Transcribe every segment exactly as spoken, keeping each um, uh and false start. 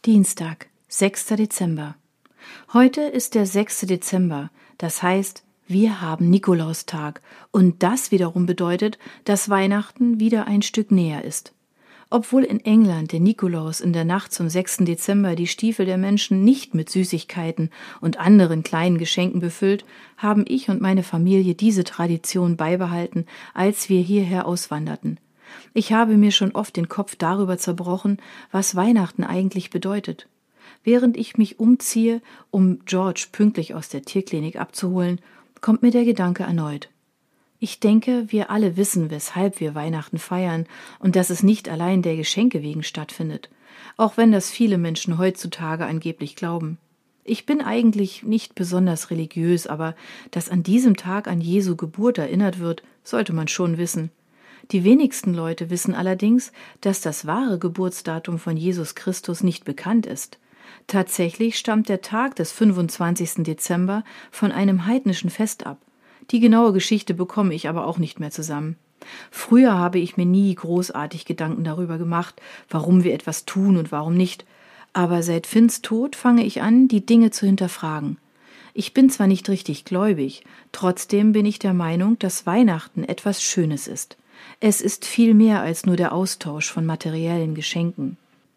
Dienstag, sechster Dezember. Heute ist der sechste Dezember, das heißt, wir haben Nikolaustag und das wiederum bedeutet, dass Weihnachten wieder ein Stück näher ist. Obwohl in England der Nikolaus in der Nacht zum sechsten Dezember die Stiefel der Menschen nicht mit Süßigkeiten und anderen kleinen Geschenken befüllt, haben ich und meine Familie diese Tradition beibehalten, als wir hierher auswanderten. Ich habe mir schon oft den Kopf darüber zerbrochen, was Weihnachten eigentlich bedeutet. Während ich mich umziehe, um George pünktlich aus der Tierklinik abzuholen, kommt mir der Gedanke erneut. Ich denke, wir alle wissen, weshalb wir Weihnachten feiern und dass es nicht allein der Geschenke wegen stattfindet, auch wenn das viele Menschen heutzutage angeblich glauben. Ich bin eigentlich nicht besonders religiös, aber dass an diesem Tag an Jesu Geburt erinnert wird, sollte man schon wissen. Die wenigsten Leute wissen allerdings, dass das wahre Geburtsdatum von Jesus Christus nicht bekannt ist. Tatsächlich stammt der Tag des fünfundzwanzigsten Dezember von einem heidnischen Fest ab. Die genaue Geschichte bekomme ich aber auch nicht mehr zusammen. Früher habe ich mir nie großartig Gedanken darüber gemacht, warum wir etwas tun und warum nicht. Aber seit Finns Tod fange ich an, die Dinge zu hinterfragen. Ich bin zwar nicht richtig gläubig, trotzdem bin ich der Meinung, dass Weihnachten etwas Schönes ist. Es ist viel mehr als nur der Austausch von materiellen Geschenken.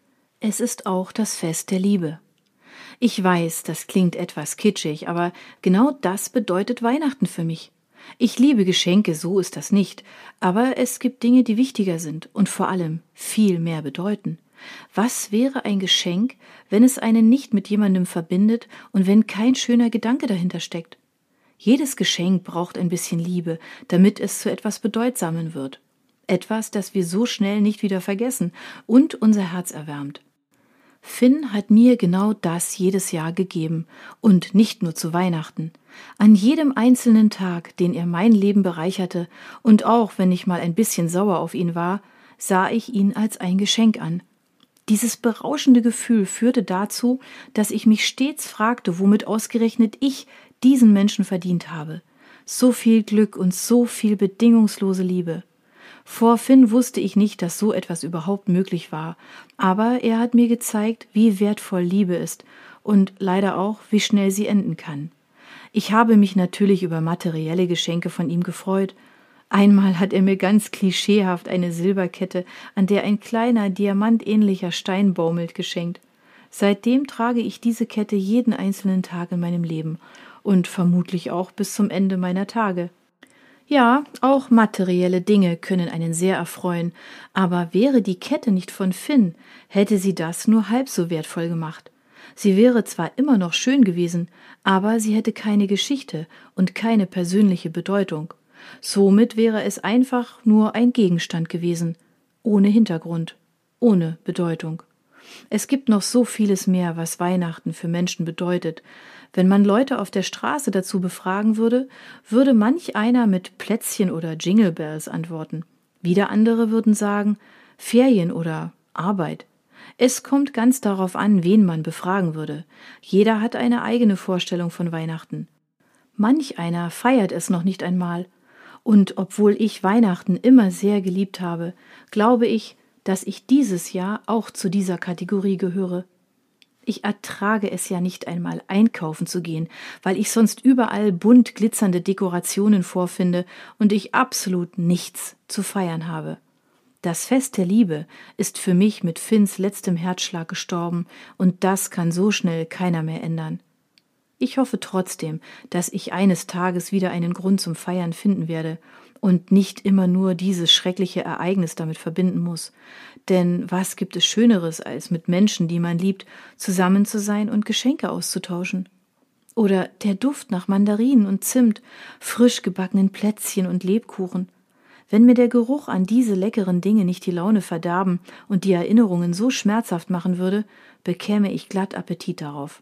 Es ist auch das Fest der Liebe. Ich weiß, das klingt etwas kitschig, aber genau das bedeutet Weihnachten für mich. Ich liebe Geschenke, so ist das nicht, aber es gibt Dinge, die wichtiger sind und vor allem viel mehr bedeuten. Was wäre ein Geschenk, wenn es einen nicht mit jemandem verbindet und wenn kein schöner Gedanke dahinter steckt? Jedes Geschenk braucht ein bisschen Liebe, damit es zu etwas Bedeutsamem wird. Etwas, das wir so schnell nicht wieder vergessen und unser Herz erwärmt. Finn hat mir genau das jedes Jahr gegeben und nicht nur zu Weihnachten. An jedem einzelnen Tag, den er mein Leben bereicherte und auch wenn ich mal ein bisschen sauer auf ihn war, sah ich ihn als ein Geschenk an. Dieses berauschende Gefühl führte dazu, dass ich mich stets fragte, womit ausgerechnet ich diesen Menschen verdient habe. So viel Glück und so viel bedingungslose Liebe. Vor Finn wusste ich nicht, dass so etwas überhaupt möglich war, aber er hat mir gezeigt, wie wertvoll Liebe ist und leider auch, wie schnell sie enden kann. Ich habe mich natürlich über materielle Geschenke von ihm gefreut. Einmal hat er mir ganz klischeehaft eine Silberkette, an der ein kleiner, diamantähnlicher Stein baumelt, geschenkt. Seitdem trage ich diese Kette jeden einzelnen Tag in meinem Leben und vermutlich auch bis zum Ende meiner Tage. Ja, auch materielle Dinge können einen sehr erfreuen, aber wäre die Kette nicht von Finn, hätte sie das nur halb so wertvoll gemacht. Sie wäre zwar immer noch schön gewesen, aber sie hätte keine Geschichte und keine persönliche Bedeutung. Somit wäre es einfach nur ein Gegenstand gewesen, ohne Hintergrund, ohne Bedeutung. Es gibt noch so vieles mehr, was Weihnachten für Menschen bedeutet. Wenn man Leute auf der Straße dazu befragen würde, würde manch einer mit Plätzchen oder Jingle Bells antworten. Wieder andere würden sagen, Ferien oder Arbeit. Es kommt ganz darauf an, wen man befragen würde. Jeder hat eine eigene Vorstellung von Weihnachten. Manch einer feiert es noch nicht einmal. Und obwohl ich Weihnachten immer sehr geliebt habe, glaube ich, dass ich dieses Jahr auch zu dieser Kategorie gehöre. Ich ertrage es ja nicht einmal, einkaufen zu gehen, weil ich sonst überall bunt glitzernde Dekorationen vorfinde und ich absolut nichts zu feiern habe. Das Fest der Liebe ist für mich mit Finns letztem Herzschlag gestorben und das kann so schnell keiner mehr ändern. Ich hoffe trotzdem, dass ich eines Tages wieder einen Grund zum Feiern finden werde und nicht immer nur dieses schreckliche Ereignis damit verbinden muss. Denn was gibt es Schöneres, als mit Menschen, die man liebt, zusammen zu sein und Geschenke auszutauschen? Oder der Duft nach Mandarinen und Zimt, frisch gebackenen Plätzchen und Lebkuchen. Wenn mir der Geruch an diese leckeren Dinge nicht die Laune verderben und die Erinnerungen so schmerzhaft machen würde, bekäme ich glatt Appetit darauf.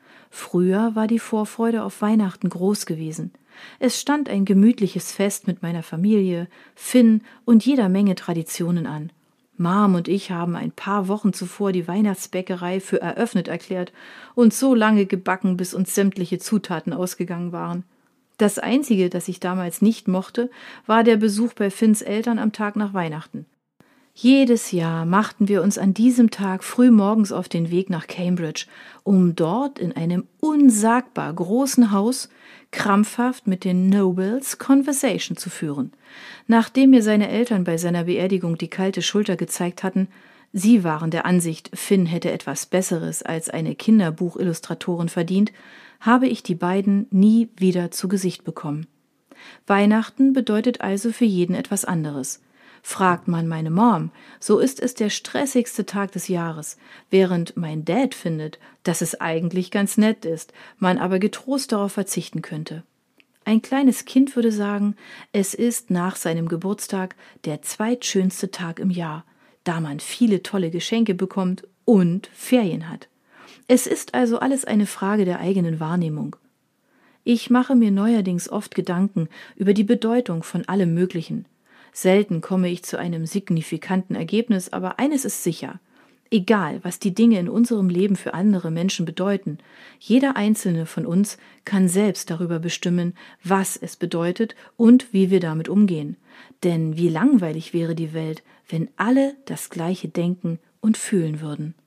Früher war die Vorfreude auf Weihnachten groß gewesen. Es stand ein gemütliches Fest mit meiner Familie, Finn und jeder Menge Traditionen an. Mom und ich haben ein paar Wochen zuvor die Weihnachtsbäckerei für eröffnet erklärt und so lange gebacken, bis uns sämtliche Zutaten ausgegangen waren. Das Einzige, das ich damals nicht mochte, war der Besuch bei Finns Eltern am Tag nach Weihnachten. Jedes Jahr machten wir uns an diesem Tag früh morgens auf den Weg nach Cambridge, um dort in einem unsagbar großen Haus krampfhaft mit den Nobles Conversation zu führen. Nachdem mir seine Eltern bei seiner Beerdigung die kalte Schulter gezeigt hatten, sie waren der Ansicht, Finn hätte etwas Besseres als eine Kinderbuchillustratorin verdient, habe ich die beiden nie wieder zu Gesicht bekommen. Weihnachten bedeutet also für jeden etwas anderes. Fragt man meine Mom, so ist es der stressigste Tag des Jahres, während mein Dad findet, dass es eigentlich ganz nett ist, man aber getrost darauf verzichten könnte. Ein kleines Kind würde sagen, es ist nach seinem Geburtstag der zweitschönste Tag im Jahr, da man viele tolle Geschenke bekommt und Ferien hat. Es ist also alles eine Frage der eigenen Wahrnehmung. Ich mache mir neuerdings oft Gedanken über die Bedeutung von allem Möglichen. Selten komme ich zu einem signifikanten Ergebnis, aber eines ist sicher. Egal, was die Dinge in unserem Leben für andere Menschen bedeuten, jeder einzelne von uns kann selbst darüber bestimmen, was es bedeutet und wie wir damit umgehen. Denn wie langweilig wäre die Welt, wenn alle das Gleiche denken und fühlen würden.